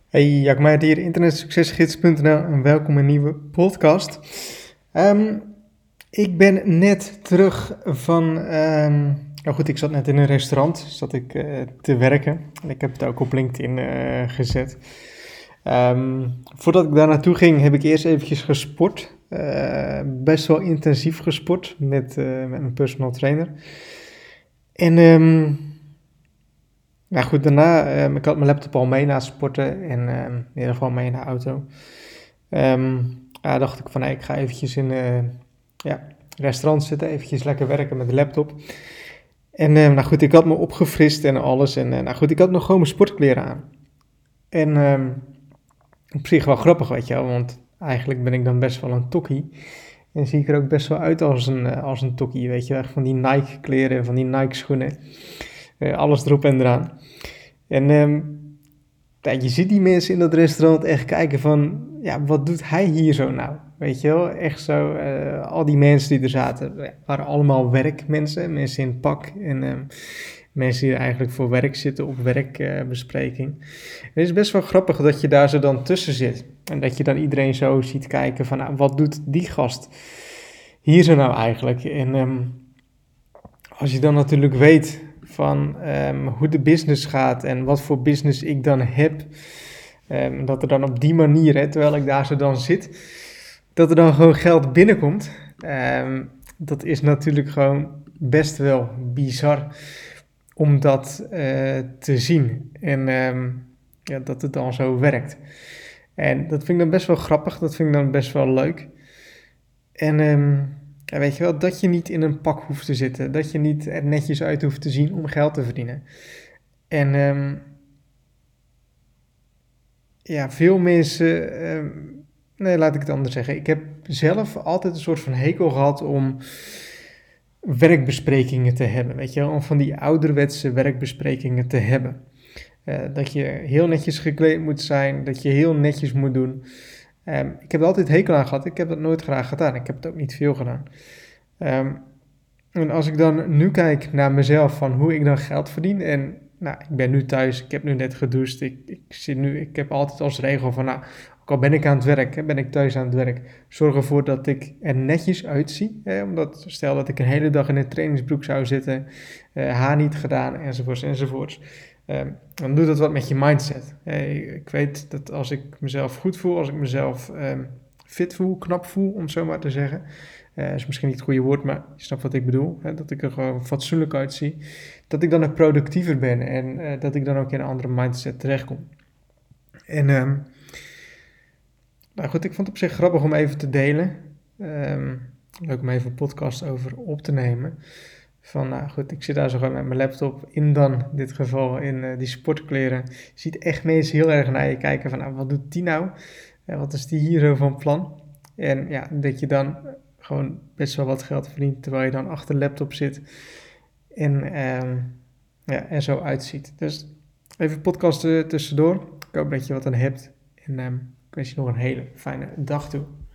Hey, Jack Meijer hier, internetsuccesgids.nl en welkom in een nieuwe podcast. Ik ben net terug van, ik zat net in een restaurant, te werken en ik heb het ook op LinkedIn gezet. Voordat ik daar naartoe ging heb ik eerst eventjes gesport, best wel intensief gesport met mijn personal trainer. En daarna, ik had mijn laptop al mee na het sporten en in ieder geval mee in de auto. Dacht ik van, ik ga eventjes in restaurant zitten, eventjes lekker werken met de laptop. En ik had me opgefrist en alles. En ik had nog gewoon mijn sportkleren aan. En op zich wel grappig, weet je wel, want eigenlijk ben ik dan best wel een tokkie. En zie ik er ook best wel uit als een tokkie, weet je wel. Echt van die Nike kleren, van die Nike schoenen. Alles erop en eraan. En je ziet die mensen in dat restaurant echt kijken van, ja, wat doet hij hier zo nou? Weet je wel, echt zo, al die mensen die er zaten, waren allemaal werkmensen, mensen in pak en mensen die er eigenlijk voor werk zitten op werkbespreking. Het is best wel grappig dat je daar zo dan tussen zit en dat je dan iedereen zo ziet kijken van, nou, wat doet die gast hier zo nou eigenlijk? En als je dan natuurlijk weet van hoe de business gaat en wat voor business ik dan heb, dat er dan op die manier, terwijl ik daar zo dan zit, dat er dan gewoon geld binnenkomt. Dat is natuurlijk gewoon best wel bizar om dat te zien en dat het dan zo werkt. En dat vind ik dan best wel grappig, dat vind ik dan best wel leuk. En weet je wel, dat je niet in een pak hoeft te zitten. Dat je niet er netjes uit hoeft te zien om geld te verdienen. En veel mensen... nee, laat ik het anders zeggen. Ik heb zelf altijd een soort van hekel gehad om werkbesprekingen te hebben. Weet je wel, om van die ouderwetse werkbesprekingen te hebben. Dat je heel netjes gekleed moet zijn, dat je heel netjes moet doen. Ik heb er altijd hekel aan gehad. Ik heb dat nooit graag gedaan. Ik heb het ook niet veel gedaan. En als ik dan nu kijk naar mezelf van hoe ik dan geld verdien. En nou, ik ben nu thuis. Ik heb nu net gedoucht. Ik heb altijd als regel van, nou, ook al ben ik aan het werk, ben ik thuis aan het werk. Zorg ervoor dat ik er netjes uitzie. Omdat stel dat ik een hele dag in een trainingsbroek zou zitten. Haar niet gedaan, enzovoorts, enzovoorts. Dan doet dat wat met je mindset. Ik weet dat als ik mezelf goed voel, als ik mezelf fit voel, knap voel, om het zo maar te zeggen. Is misschien niet het goede woord, maar je snapt wat ik bedoel. Dat ik er gewoon fatsoenlijk uitzie. Dat ik dan ook productiever ben en dat ik dan ook in een andere mindset terechtkom. En ik vond het op zich grappig om even te delen. Leuk om even een podcast over op te nemen. Ik zit daar zo gewoon met mijn laptop in dan, dit geval, in die sportkleren. Je ziet echt mensen heel erg naar je kijken van, wat doet die nou? Wat is die hier zo van plan? En ja, dat je dan gewoon best wel wat geld verdient, terwijl je dan achter de laptop zit en er zo uitziet. Dus even podcast tussendoor. Ik hoop dat je wat aan hebt en ik wens je nog een hele fijne dag toe.